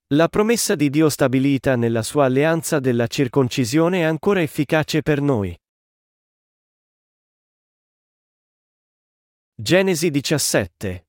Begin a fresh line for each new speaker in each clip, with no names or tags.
La promessa di Dio stabilita nella sua alleanza della circoncisione è ancora efficace per noi. Genesi 17,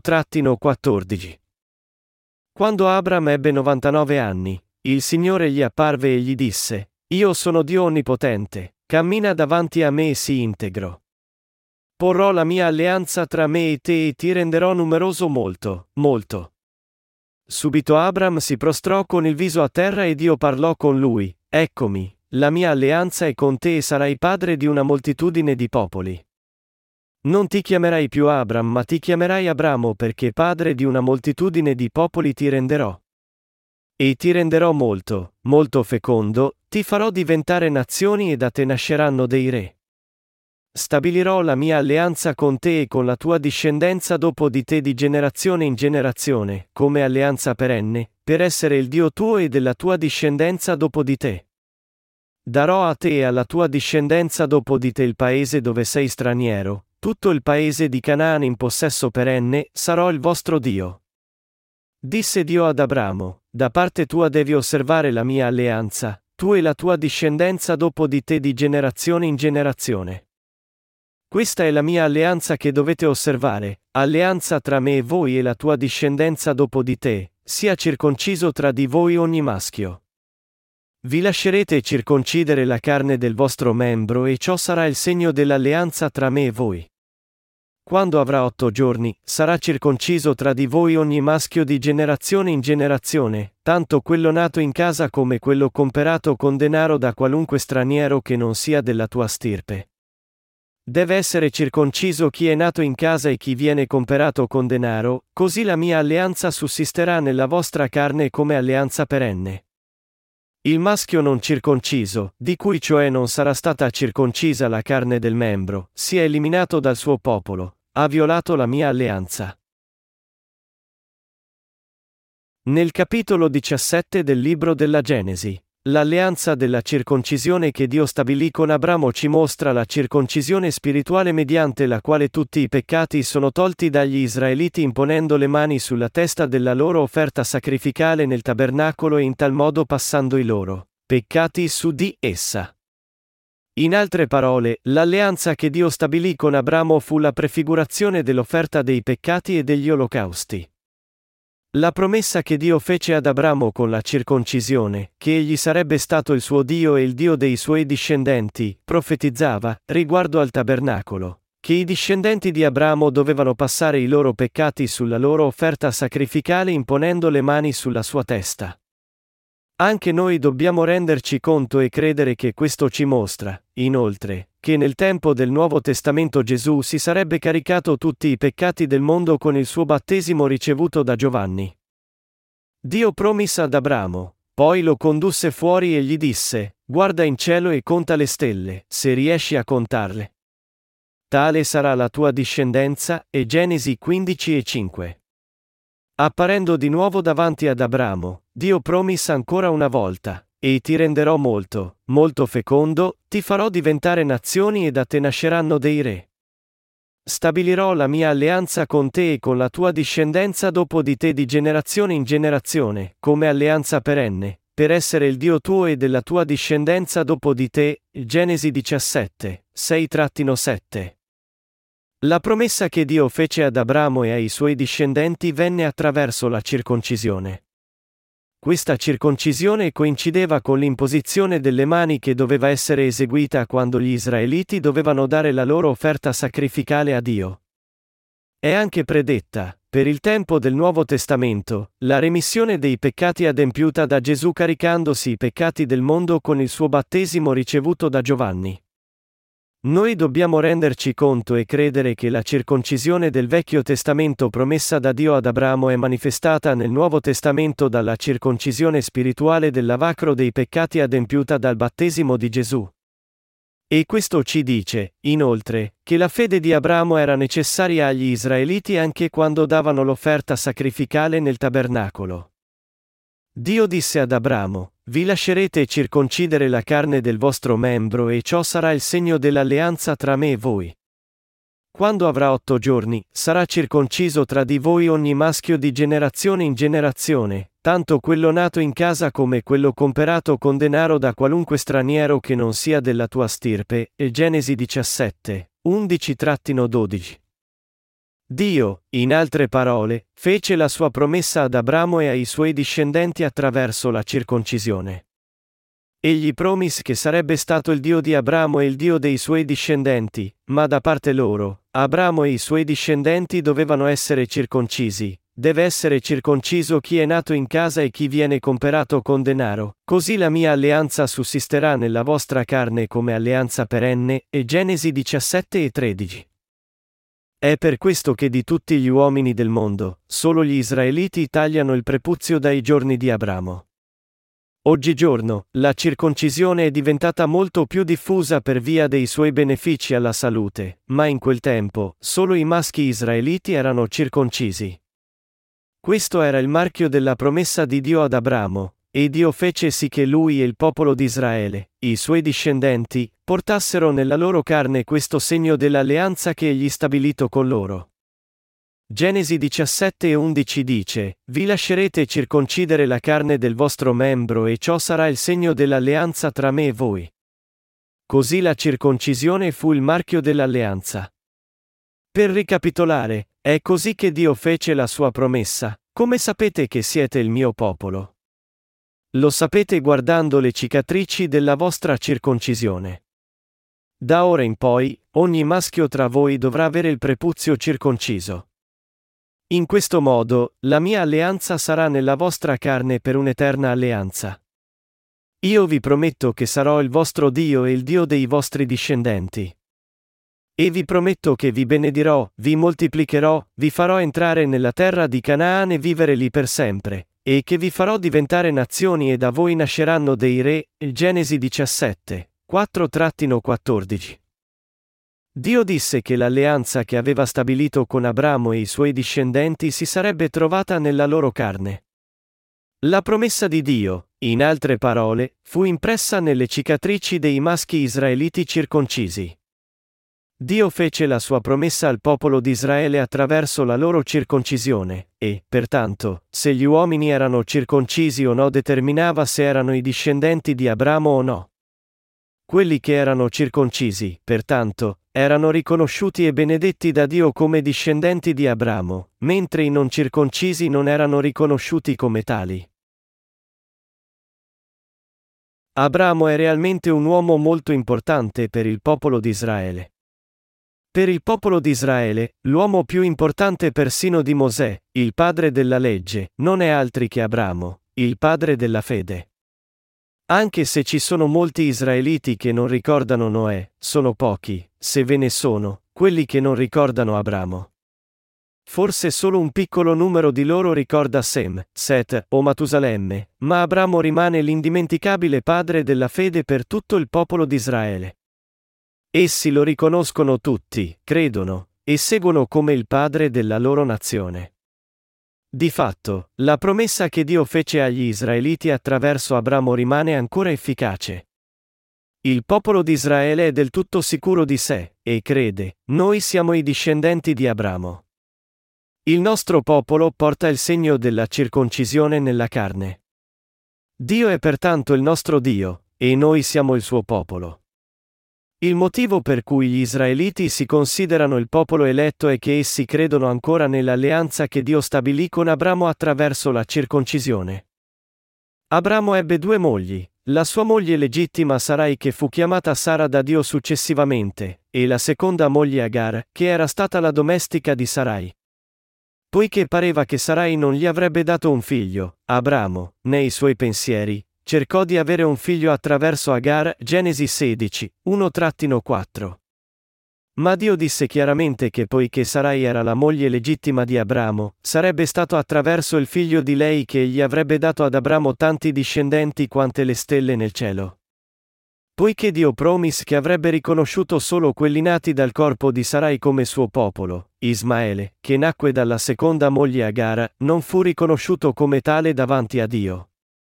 1-14. Quando Abram ebbe 99 anni, il Signore gli apparve e gli disse: Io sono Dio onnipotente, cammina davanti a me e sii integro. Porrò la mia alleanza tra me e te e ti renderò numeroso molto, molto. Subito Abram si prostrò con il viso a terra e Dio parlò con lui: Eccomi, la mia alleanza è con te e sarai padre di una moltitudine di popoli. Non ti chiamerai più Abram ma ti chiamerai Abramo perché padre di una moltitudine di popoli ti renderò. E ti renderò molto, molto fecondo, ti farò diventare nazioni e da te nasceranno dei re. Stabilirò la mia alleanza con te e con la tua discendenza dopo di te di generazione in generazione, come alleanza perenne, per essere il Dio tuo e della tua discendenza dopo di te. Darò a te e alla tua discendenza dopo di te il paese dove sei straniero, tutto il paese di Canaan in possesso perenne, sarò il vostro Dio. Disse Dio ad Abramo: Da parte tua devi osservare la mia alleanza, tu e la tua discendenza dopo di te di generazione in generazione. Questa è la mia alleanza che dovete osservare, alleanza tra me e voi e la tua discendenza dopo di te, sia circonciso tra di voi ogni maschio. Vi lascerete circoncidere la carne del vostro membro e ciò sarà il segno dell'alleanza tra me e voi. Quando avrà 8 giorni, sarà circonciso tra di voi ogni maschio di generazione in generazione, tanto quello nato in casa come quello comperato con denaro da qualunque straniero che non sia della tua stirpe. Deve essere circonciso chi è nato in casa e chi viene comperato con denaro, così la mia alleanza sussisterà nella vostra carne come alleanza perenne. Il maschio non circonciso, di cui cioè non sarà stata circoncisa la carne del membro, sia eliminato dal suo popolo, ha violato la mia alleanza. Nel capitolo 17 del libro della Genesi, l'alleanza della circoncisione che Dio stabilì con Abramo ci mostra la circoncisione spirituale mediante la quale tutti i peccati sono tolti dagli Israeliti imponendo le mani sulla testa della loro offerta sacrificale nel tabernacolo e in tal modo passando i loro peccati su di essa. In altre parole, l'alleanza che Dio stabilì con Abramo fu la prefigurazione dell'offerta dei peccati e degli olocausti. La promessa che Dio fece ad Abramo con la circoncisione, che egli sarebbe stato il suo Dio e il Dio dei suoi discendenti, profetizzava, riguardo al tabernacolo, che i discendenti di Abramo dovevano passare i loro peccati sulla loro offerta sacrificale imponendo le mani sulla sua testa. Anche noi dobbiamo renderci conto e credere che questo ci mostra, inoltre, che nel tempo del Nuovo Testamento Gesù si sarebbe caricato tutti i peccati del mondo con il suo battesimo ricevuto da Giovanni. Dio promise ad Abramo, poi lo condusse fuori e gli disse: Guarda in cielo e conta le stelle, se riesci a contarle. Tale sarà la tua discendenza, e Genesi 15:5. Apparendo di nuovo davanti ad Abramo, Dio promise ancora una volta: E ti renderò molto, molto fecondo, ti farò diventare nazioni e da te nasceranno dei re. Stabilirò la mia alleanza con te e con la tua discendenza dopo di te di generazione in generazione, come alleanza perenne, per essere il Dio tuo e della tua discendenza dopo di te. Genesi 17, 6-7. La promessa che Dio fece ad Abramo e ai suoi discendenti venne attraverso la circoncisione. Questa circoncisione coincideva con l'imposizione delle mani che doveva essere eseguita quando gli israeliti dovevano dare la loro offerta sacrificale a Dio. È anche predetta, per il tempo del Nuovo Testamento, la remissione dei peccati adempiuta da Gesù caricandosi i peccati del mondo con il suo battesimo ricevuto da Giovanni. Noi dobbiamo renderci conto e credere che la circoncisione del Vecchio Testamento promessa da Dio ad Abramo è manifestata nel Nuovo Testamento dalla circoncisione spirituale del lavacro dei peccati adempiuta dal battesimo di Gesù. E questo ci dice, inoltre, che la fede di Abramo era necessaria agli israeliti anche quando davano l'offerta sacrificale nel tabernacolo. Dio disse ad Abramo: Vi lascerete circoncidere la carne del vostro membro e ciò sarà il segno dell'alleanza tra me e voi. Quando avrà 8 giorni, sarà circonciso tra di voi ogni maschio di generazione in generazione, tanto quello nato in casa come quello comperato con denaro da qualunque straniero che non sia della tua stirpe. E Genesi 17, 11-12. Dio, in altre parole, fece la sua promessa ad Abramo e ai suoi discendenti attraverso la circoncisione. Egli promise che sarebbe stato il Dio di Abramo e il Dio dei suoi discendenti, ma da parte loro, Abramo e i suoi discendenti dovevano essere circoncisi. Deve essere circonciso chi è nato in casa e chi viene comperato con denaro, così la mia alleanza sussisterà nella vostra carne come alleanza perenne. E Genesi 17:13. È per questo che di tutti gli uomini del mondo, solo gli israeliti tagliano il prepuzio dai giorni di Abramo. Oggigiorno, la circoncisione è diventata molto più diffusa per via dei suoi benefici alla salute, ma in quel tempo, solo i maschi israeliti erano circoncisi. Questo era il marchio della promessa di Dio ad Abramo, e Dio fece sì che lui e il popolo di Israele, i suoi discendenti, portassero nella loro carne questo segno dell'alleanza che egli stabilito con loro. Genesi 17:11 dice: Vi lascerete circoncidere la carne del vostro membro e ciò sarà il segno dell'alleanza tra me e voi. Così la circoncisione fu il marchio dell'alleanza. Per ricapitolare, è così che Dio fece la sua promessa: come sapete che siete il mio popolo? Lo sapete guardando le cicatrici della vostra circoncisione. Da ora in poi, ogni maschio tra voi dovrà avere il prepuzio circonciso. In questo modo, la mia alleanza sarà nella vostra carne per un'eterna alleanza. Io vi prometto che sarò il vostro Dio e il Dio dei vostri discendenti. E vi prometto che vi benedirò, vi moltiplicherò, vi farò entrare nella terra di Canaan e vivere lì per sempre, e che vi farò diventare nazioni e da voi nasceranno dei re. Genesi 17, 4-14. Dio disse che l'alleanza che aveva stabilito con Abramo e i suoi discendenti si sarebbe trovata nella loro carne. La promessa di Dio, in altre parole, fu impressa nelle cicatrici dei maschi israeliti circoncisi. Dio fece la sua promessa al popolo di Israele attraverso la loro circoncisione, e, pertanto, se gli uomini erano circoncisi o no determinava se erano i discendenti di Abramo o no. Quelli che erano circoncisi, pertanto, erano riconosciuti e benedetti da Dio come discendenti di Abramo, mentre i non circoncisi non erano riconosciuti come tali. Abramo è realmente un uomo molto importante per il popolo di Israele. Per il popolo di Israele, l'uomo più importante persino di Mosè, il padre della legge, non è altri che Abramo, il padre della fede. Anche se ci sono molti israeliti che non ricordano Noè, sono pochi, se ve ne sono, quelli che non ricordano Abramo. Forse solo un piccolo numero di loro ricorda Sem, Set o Matusalemme, ma Abramo rimane l'indimenticabile padre della fede per tutto il popolo di Israele. Essi lo riconoscono tutti, credono, e seguono come il padre della loro nazione. Di fatto, la promessa che Dio fece agli israeliti attraverso Abramo rimane ancora efficace. Il popolo di Israele è del tutto sicuro di sé, e crede: noi siamo i discendenti di Abramo. Il nostro popolo porta il segno della circoncisione nella carne. Dio è pertanto il nostro Dio, e noi siamo il suo popolo. Il motivo per cui gli israeliti si considerano il popolo eletto è che essi credono ancora nell'alleanza che Dio stabilì con Abramo attraverso la circoncisione. Abramo ebbe 2 mogli, la sua moglie legittima Sarai che fu chiamata Sara da Dio successivamente, e la seconda moglie Agar, che era stata la domestica di Sarai. Poiché pareva che Sarai non gli avrebbe dato un figlio, Abramo, nei suoi pensieri, cercò di avere un figlio attraverso Agar. Genesi 16, 1-4. Ma Dio disse chiaramente che poiché Sarai era la moglie legittima di Abramo, sarebbe stato attraverso il figlio di lei che egli avrebbe dato ad Abramo tanti discendenti quante le stelle nel cielo. Poiché Dio promise che avrebbe riconosciuto solo quelli nati dal corpo di Sarai come suo popolo, Ismaele, che nacque dalla seconda moglie Agar, non fu riconosciuto come tale davanti a Dio.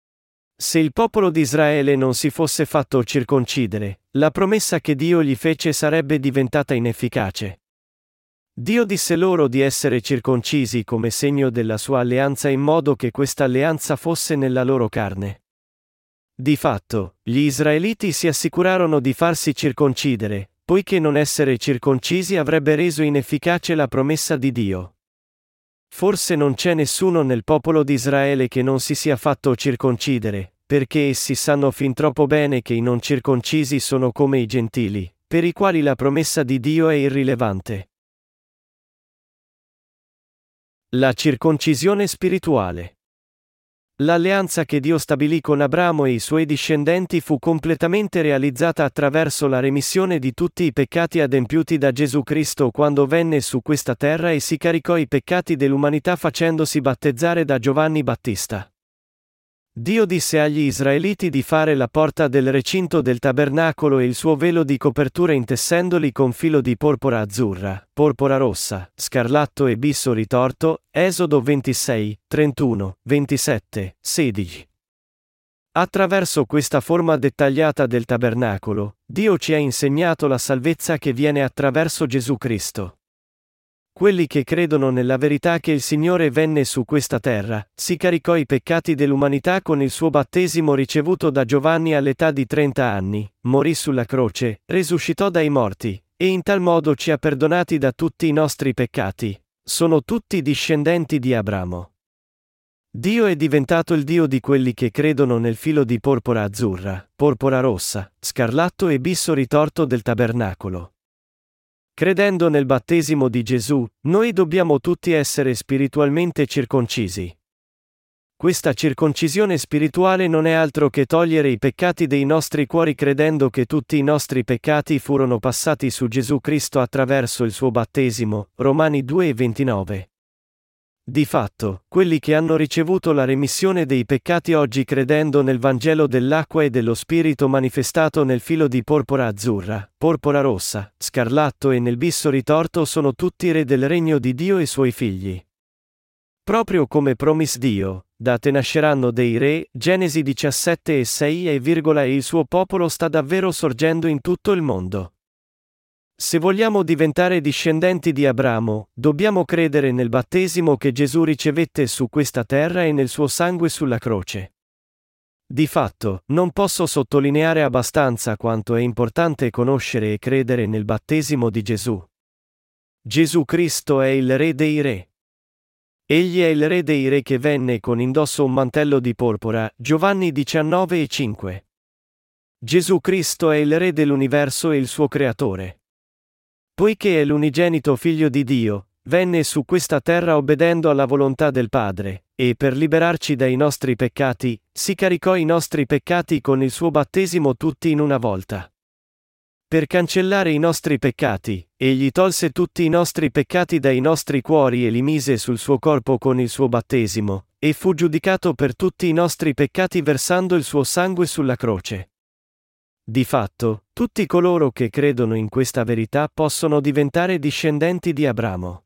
Se il popolo di Israele non si fosse fatto circoncidere, la promessa che Dio gli fece sarebbe diventata inefficace. Dio disse loro di essere circoncisi come segno della sua alleanza in modo che questa alleanza fosse nella loro carne. Di fatto, gli israeliti si assicurarono di farsi circoncidere, poiché non essere circoncisi avrebbe reso inefficace la promessa di Dio. Forse non c'è nessuno nel popolo di Israele che non si sia fatto circoncidere, perché essi sanno fin troppo bene che i non circoncisi sono come i gentili, per i quali la promessa di Dio è irrilevante. La circoncisione spirituale. L'alleanza che Dio stabilì con Abramo e i suoi discendenti fu completamente realizzata attraverso la remissione di tutti i peccati adempiuti da Gesù Cristo quando venne su questa terra e si caricò i peccati dell'umanità facendosi battezzare da Giovanni Battista. Dio disse agli Israeliti di fare la porta del recinto del tabernacolo e il suo velo di copertura intessendoli con filo di porpora azzurra, porpora rossa, scarlatto e bisso ritorto, Esodo 26, 31, 27, 16. Attraverso questa forma dettagliata del tabernacolo, Dio ci ha insegnato la salvezza che viene attraverso Gesù Cristo. Quelli che credono nella verità che il Signore venne su questa terra, si caricò i peccati dell'umanità con il suo battesimo ricevuto da Giovanni all'età di 30 anni, morì sulla croce, risuscitò dai morti, e in tal modo ci ha perdonati da tutti i nostri peccati. Sono tutti discendenti di Abramo. Dio è diventato il Dio di quelli che credono nel filo di porpora azzurra, porpora rossa, scarlatto e bisso ritorto del tabernacolo. Credendo nel battesimo di Gesù, noi dobbiamo tutti essere spiritualmente circoncisi. Questa circoncisione spirituale non è altro che togliere i peccati dei nostri cuori credendo che tutti i nostri peccati furono passati su Gesù Cristo attraverso il suo battesimo, Romani 2,29. Di fatto, quelli che hanno ricevuto la remissione dei peccati oggi credendo nel Vangelo dell'acqua e dello Spirito manifestato nel filo di porpora azzurra, porpora rossa, scarlatto e nel bisso ritorto sono tutti re del regno di Dio e suoi figli. Proprio come promise Dio, da te nasceranno dei re, Genesi 17,6 e il suo popolo sta davvero sorgendo in tutto il mondo. Se vogliamo diventare discendenti di Abramo, dobbiamo credere nel battesimo che Gesù ricevette su questa terra e nel suo sangue sulla croce. Di fatto, non posso sottolineare abbastanza quanto è importante conoscere e credere nel battesimo di Gesù. Gesù Cristo è il Re dei Re. Egli è il Re dei Re che venne con indosso un mantello di porpora, Giovanni 19,5. Gesù Cristo è il Re dell'universo e il suo Creatore. Poiché è l'unigenito Figlio di Dio, venne su questa terra obbedendo alla volontà del Padre, e per liberarci dai nostri peccati, si caricò i nostri peccati con il suo battesimo tutti in una volta. Per cancellare i nostri peccati, egli tolse tutti i nostri peccati dai nostri cuori e li mise sul suo corpo con il suo battesimo, e fu giudicato per tutti i nostri peccati versando il suo sangue sulla croce. Di fatto, tutti coloro che credono in questa verità possono diventare discendenti di Abramo.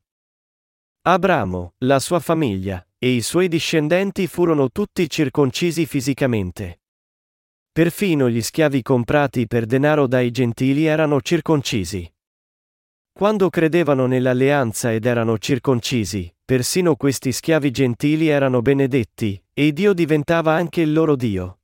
Abramo, la sua famiglia, e i suoi discendenti furono tutti circoncisi fisicamente. Perfino gli schiavi comprati per denaro dai gentili erano circoncisi. Quando credevano nell'alleanza ed erano circoncisi, persino questi schiavi gentili erano benedetti, e Dio diventava anche il loro Dio.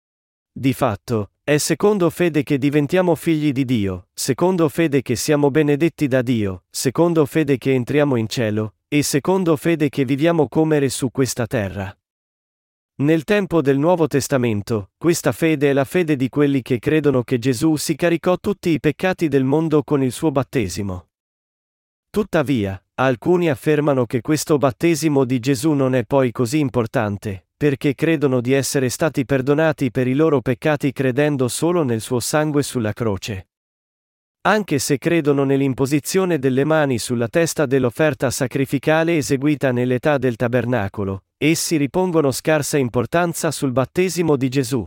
Di fatto, è secondo fede che diventiamo figli di Dio, secondo fede che siamo benedetti da Dio, secondo fede che entriamo in cielo, e secondo fede che viviamo come re su questa terra. Nel tempo del Nuovo Testamento, questa fede è la fede di quelli che credono che Gesù si caricò tutti i peccati del mondo con il suo battesimo. Tuttavia, alcuni affermano che questo battesimo di Gesù non è poi così importante, perché credono di essere stati perdonati per i loro peccati credendo solo nel suo sangue sulla croce. Anche se credono nell'imposizione delle mani sulla testa dell'offerta sacrificale eseguita nell'età del tabernacolo, essi ripongono scarsa importanza sul battesimo di Gesù.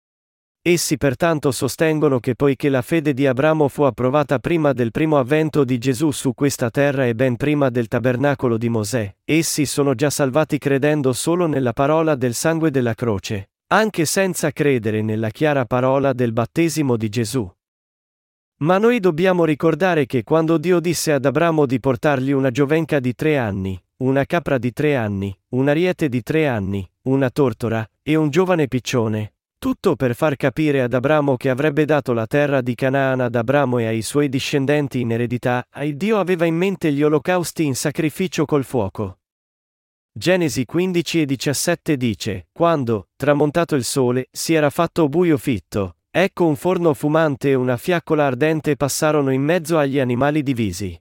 Essi pertanto sostengono che poiché la fede di Abramo fu approvata prima del primo avvento di Gesù su questa terra e ben prima del tabernacolo di Mosè, essi sono già salvati credendo solo nella parola del sangue della croce, anche senza credere nella chiara parola del battesimo di Gesù. Ma noi dobbiamo ricordare che quando Dio disse ad Abramo di portargli una giovenca di 3 anni, una capra di 3 anni, un ariete di 3 anni, una tortora, e un giovane piccione, tutto per far capire ad Abramo che avrebbe dato la terra di Canaan ad Abramo e ai suoi discendenti in eredità, Dio aveva in mente gli olocausti in sacrificio col fuoco. Genesi 15:17 dice: Quando, tramontato il sole, si era fatto buio fitto, ecco un forno fumante e una fiaccola ardente passarono in mezzo agli animali divisi.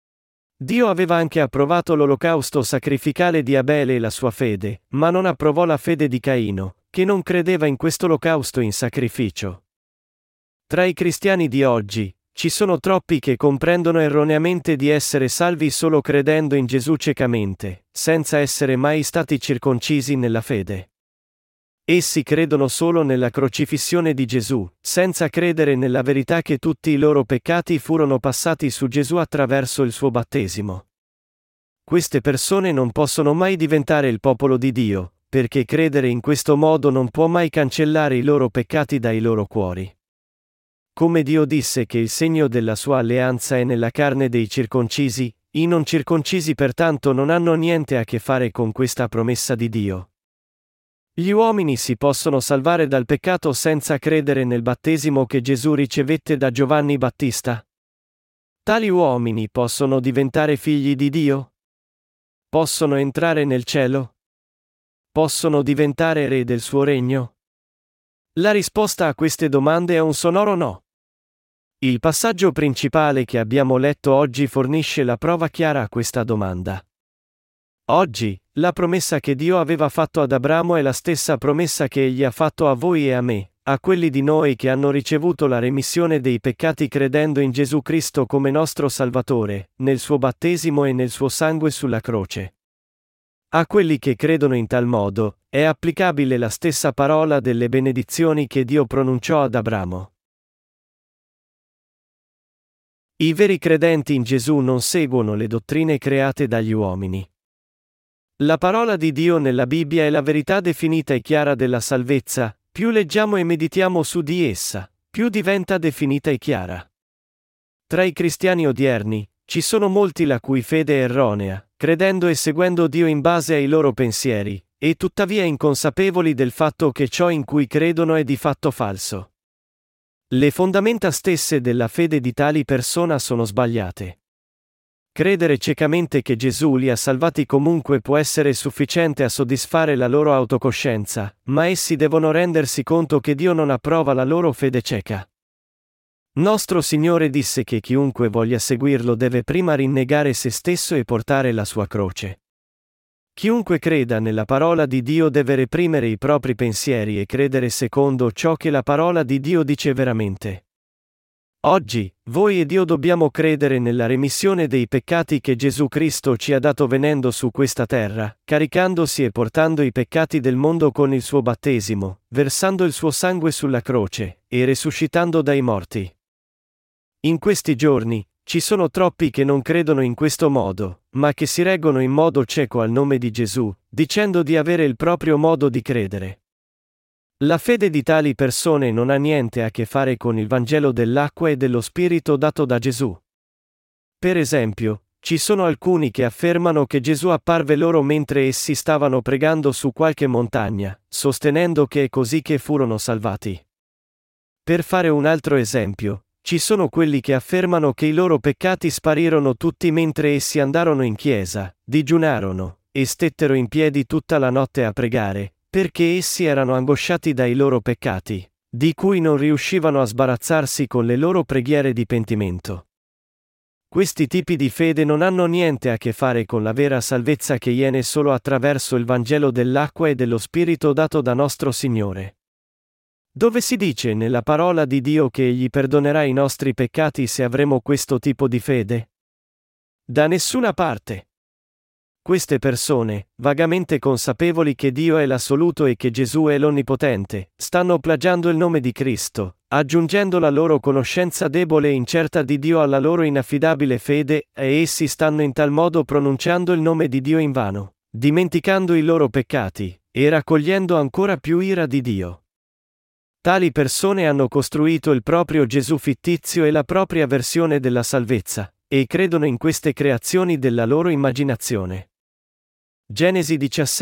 Dio aveva anche approvato l'olocausto sacrificale di Abele e la sua fede, ma non approvò la fede di Caino, che non credeva in questo olocausto in sacrificio. Tra i cristiani di oggi, ci sono troppi che comprendono erroneamente di essere salvi solo credendo in Gesù ciecamente, senza essere mai stati circoncisi nella fede. Essi credono solo nella crocifissione di Gesù, senza credere nella verità che tutti i loro peccati furono passati su Gesù attraverso il suo battesimo. Queste persone non possono mai diventare il popolo di Dio, perché credere in questo modo non può mai cancellare i loro peccati dai loro cuori. Come Dio disse che il segno della sua alleanza è nella carne dei circoncisi, i non circoncisi pertanto non hanno niente a che fare con questa promessa di Dio. Gli uomini si possono salvare dal peccato senza credere nel battesimo che Gesù ricevette da Giovanni Battista? Tali uomini possono diventare figli di Dio? Possono entrare nel cielo? Possono diventare re del suo regno? La risposta a queste domande è un sonoro no. Il passaggio principale che abbiamo letto oggi fornisce la prova chiara a questa domanda. Oggi, la promessa che Dio aveva fatto ad Abramo è la stessa promessa che Egli ha fatto a voi e a me, a quelli di noi che hanno ricevuto la remissione dei peccati credendo in Gesù Cristo come nostro Salvatore, nel suo battesimo e nel suo sangue sulla croce. A quelli che credono in tal modo, è applicabile la stessa parola delle benedizioni che Dio pronunciò ad Abramo. I veri credenti in Gesù non seguono le dottrine create dagli uomini. La parola di Dio nella Bibbia è la verità definita e chiara della salvezza, più leggiamo e meditiamo su di essa, più diventa definita e chiara. Tra i cristiani odierni, ci sono molti la cui fede è erronea, credendo e seguendo Dio in base ai loro pensieri, e tuttavia inconsapevoli del fatto che ciò in cui credono è di fatto falso. Le fondamenta stesse della fede di tali persone sono sbagliate. Credere ciecamente che Gesù li ha salvati comunque può essere sufficiente a soddisfare la loro autocoscienza, ma essi devono rendersi conto che Dio non approva la loro fede cieca. Nostro Signore disse che chiunque voglia seguirlo deve prima rinnegare se stesso e portare la sua croce. Chiunque creda nella parola di Dio deve reprimere i propri pensieri e credere secondo ciò che la parola di Dio dice veramente. Oggi, voi ed io dobbiamo credere nella remissione dei peccati che Gesù Cristo ci ha dato venendo su questa terra, caricandosi e portando i peccati del mondo con il suo battesimo, versando il suo sangue sulla croce, e resuscitando dai morti. In questi giorni, ci sono troppi che non credono in questo modo, ma che si reggono in modo cieco al nome di Gesù, dicendo di avere il proprio modo di credere. La fede di tali persone non ha niente a che fare con il Vangelo dell'acqua e dello Spirito dato da Gesù. Per esempio, ci sono alcuni che affermano che Gesù apparve loro mentre essi stavano pregando su qualche montagna, sostenendo che è così che furono salvati. Per fare un altro esempio, ci sono quelli che affermano che i loro peccati sparirono tutti mentre essi andarono in chiesa, digiunarono, e stettero in piedi tutta la notte a pregare, perché essi erano angosciati dai loro peccati, di cui non riuscivano a sbarazzarsi con le loro preghiere di pentimento. Questi tipi di fede non hanno niente a che fare con la vera salvezza che viene solo attraverso il Vangelo dell'acqua e dello Spirito dato da nostro Signore. Dove si dice nella parola di Dio che Egli perdonerà i nostri peccati se avremo questo tipo di fede? Da nessuna parte. Queste persone, vagamente consapevoli che Dio è l'assoluto e che Gesù è l'onnipotente, stanno plagiando il nome di Cristo, aggiungendo la loro conoscenza debole e incerta di Dio alla loro inaffidabile fede, e essi stanno in tal modo pronunciando il nome di Dio invano, dimenticando i loro peccati, e raccogliendo ancora più ira di Dio. Tali persone hanno costruito il proprio Gesù fittizio e la propria versione della salvezza, e credono in queste creazioni della loro immaginazione. Genesi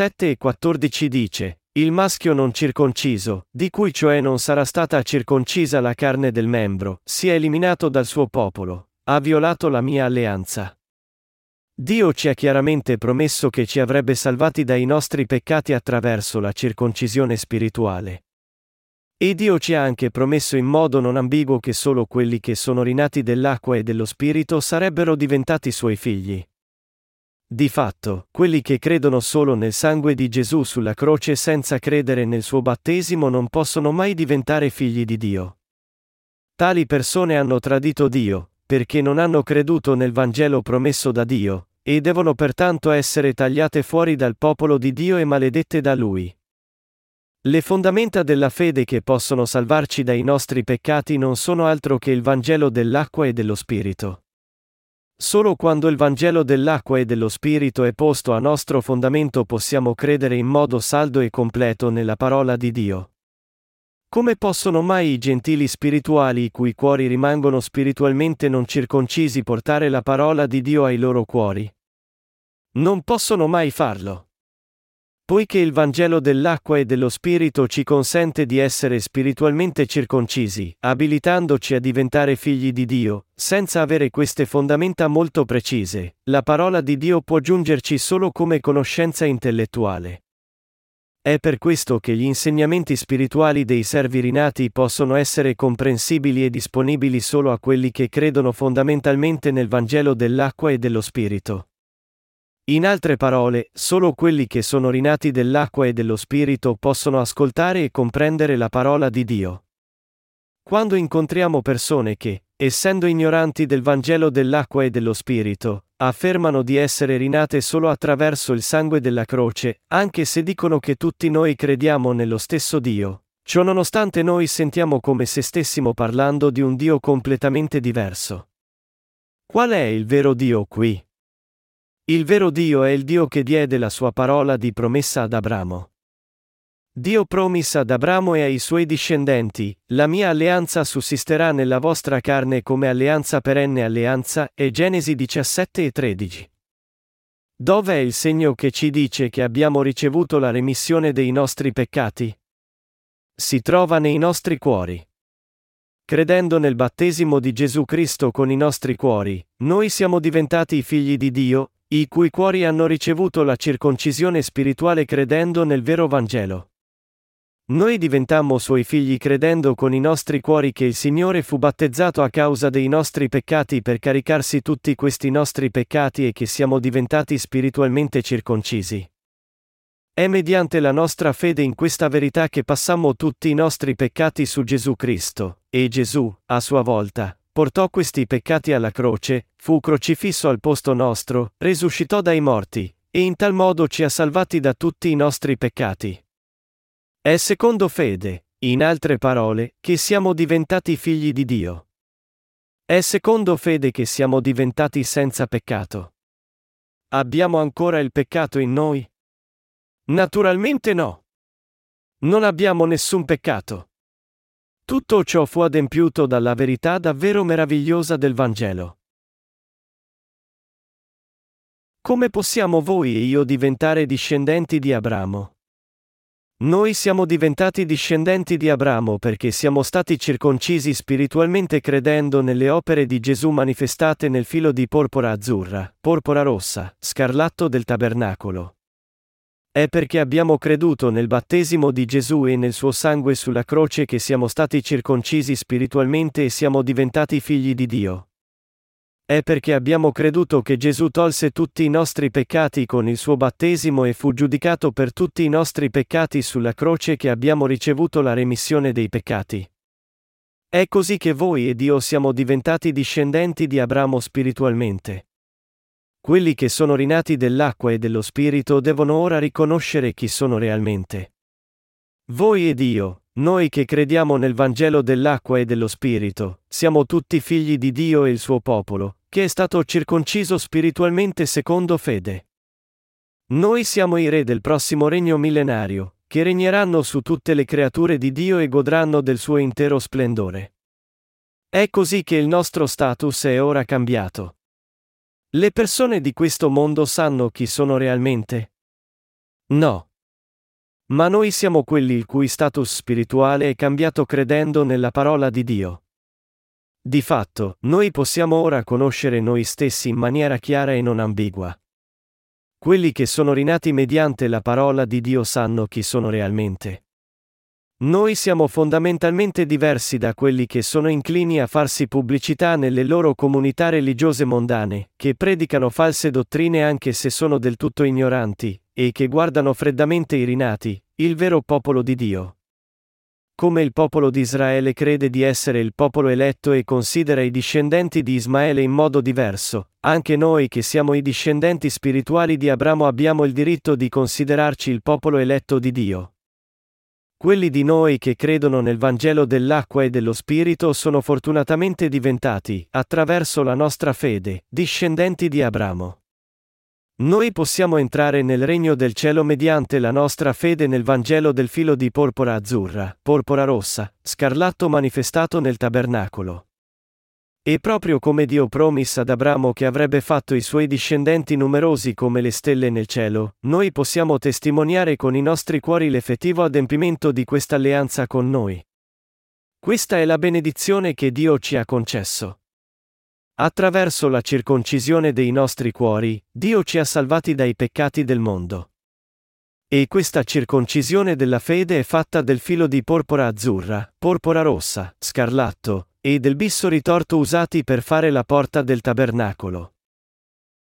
17:14 dice: il maschio non circonciso, di cui cioè non sarà stata circoncisa la carne del membro, sia eliminato dal suo popolo, ha violato la mia alleanza. Dio ci ha chiaramente promesso che ci avrebbe salvati dai nostri peccati attraverso la circoncisione spirituale. E Dio ci ha anche promesso in modo non ambiguo che solo quelli che sono rinati dell'acqua e dello Spirito sarebbero diventati suoi figli. Di fatto, quelli che credono solo nel sangue di Gesù sulla croce senza credere nel suo battesimo non possono mai diventare figli di Dio. Tali persone hanno tradito Dio, perché non hanno creduto nel Vangelo promesso da Dio, e devono pertanto essere tagliate fuori dal popolo di Dio e maledette da Lui. Le fondamenta della fede che possono salvarci dai nostri peccati non sono altro che il Vangelo dell'acqua e dello Spirito. Solo quando il Vangelo dell'acqua e dello Spirito è posto a nostro fondamento possiamo credere in modo saldo e completo nella parola di Dio. Come possono mai i gentili spirituali i cui cuori rimangono spiritualmente non circoncisi portare la parola di Dio ai loro cuori? Non possono mai farlo. Poiché il Vangelo dell'acqua e dello Spirito ci consente di essere spiritualmente circoncisi, abilitandoci a diventare figli di Dio, senza avere queste fondamenta molto precise, la parola di Dio può giungerci solo come conoscenza intellettuale. È per questo che gli insegnamenti spirituali dei servi rinati possono essere comprensibili e disponibili solo a quelli che credono fondamentalmente nel Vangelo dell'acqua e dello Spirito. In altre parole, solo quelli che sono rinati dell'acqua e dello Spirito possono ascoltare e comprendere la parola di Dio. Quando incontriamo persone che, essendo ignoranti del Vangelo dell'acqua e dello Spirito, affermano di essere rinate solo attraverso il sangue della croce, anche se dicono che tutti noi crediamo nello stesso Dio, ciò nonostante noi sentiamo come se stessimo parlando di un Dio completamente diverso. Qual è il vero Dio qui? Il vero Dio è il Dio che diede la sua parola di promessa ad Abramo. Dio promise ad Abramo e ai suoi discendenti: la mia alleanza sussisterà nella vostra carne come alleanza perenne alleanza, e Genesi 17:13. Dov'è il segno che ci dice che abbiamo ricevuto la remissione dei nostri peccati? Si trova nei nostri cuori. Credendo nel battesimo di Gesù Cristo con i nostri cuori, noi siamo diventati i figli di Dio, i cui cuori hanno ricevuto la circoncisione spirituale credendo nel vero Vangelo. Noi diventammo suoi figli credendo con i nostri cuori che il Signore fu battezzato a causa dei nostri peccati per caricarsi tutti questi nostri peccati e che siamo diventati spiritualmente circoncisi. È mediante la nostra fede in questa verità che passammo tutti i nostri peccati su Gesù Cristo, e Gesù, a sua volta, portò questi peccati alla croce, fu crocifisso al posto nostro, risuscitò dai morti, e in tal modo ci ha salvati da tutti i nostri peccati. È secondo fede, in altre parole, che siamo diventati figli di Dio. È secondo fede che siamo diventati senza peccato. Abbiamo ancora il peccato in noi? Naturalmente no. Non abbiamo nessun peccato. Tutto ciò fu adempiuto dalla verità davvero meravigliosa del Vangelo. Come possiamo voi e io diventare discendenti di Abramo? Noi siamo diventati discendenti di Abramo perché siamo stati circoncisi spiritualmente credendo nelle opere di Gesù manifestate nel filo di porpora azzurra, porpora rossa, scarlatto del tabernacolo. È perché abbiamo creduto nel battesimo di Gesù e nel suo sangue sulla croce che siamo stati circoncisi spiritualmente e siamo diventati figli di Dio. È perché abbiamo creduto che Gesù tolse tutti i nostri peccati con il suo battesimo e fu giudicato per tutti i nostri peccati sulla croce che abbiamo ricevuto la remissione dei peccati. È così che voi ed io siamo diventati discendenti di Abramo spiritualmente. Quelli che sono rinati dell'acqua e dello Spirito devono ora riconoscere chi sono realmente. Voi ed io, noi che crediamo nel Vangelo dell'acqua e dello Spirito, siamo tutti figli di Dio e il suo popolo, che è stato circonciso spiritualmente secondo fede. Noi siamo i re del prossimo regno millenario, che regneranno su tutte le creature di Dio e godranno del suo intero splendore. È così che il nostro status è ora cambiato. Le persone di questo mondo sanno chi sono realmente? No. Ma noi siamo quelli il cui status spirituale è cambiato credendo nella parola di Dio. Di fatto, noi possiamo ora conoscere noi stessi in maniera chiara e non ambigua. Quelli che sono rinati mediante la parola di Dio sanno chi sono realmente. Noi siamo fondamentalmente diversi da quelli che sono inclini a farsi pubblicità nelle loro comunità religiose mondane, che predicano false dottrine anche se sono del tutto ignoranti, e che guardano freddamente i rinati, il vero popolo di Dio. Come il popolo di Israele crede di essere il popolo eletto e considera i discendenti di Ismaele in modo diverso, anche noi che siamo i discendenti spirituali di Abramo abbiamo il diritto di considerarci il popolo eletto di Dio. Quelli di noi che credono nel Vangelo dell'acqua e dello Spirito sono fortunatamente diventati, attraverso la nostra fede, discendenti di Abramo. Noi possiamo entrare nel regno del cielo mediante la nostra fede nel Vangelo del filo di porpora azzurra, porpora rossa, scarlatto manifestato nel tabernacolo. E proprio come Dio promisse ad Abramo che avrebbe fatto i suoi discendenti numerosi come le stelle nel cielo, noi possiamo testimoniare con i nostri cuori l'effettivo adempimento di questa alleanza con noi. Questa è la benedizione che Dio ci ha concesso. Attraverso la circoncisione dei nostri cuori, Dio ci ha salvati dai peccati del mondo. E questa circoncisione della fede è fatta del filo di porpora azzurra, porpora rossa, scarlatto, e del bisso ritorto usati per fare la porta del tabernacolo.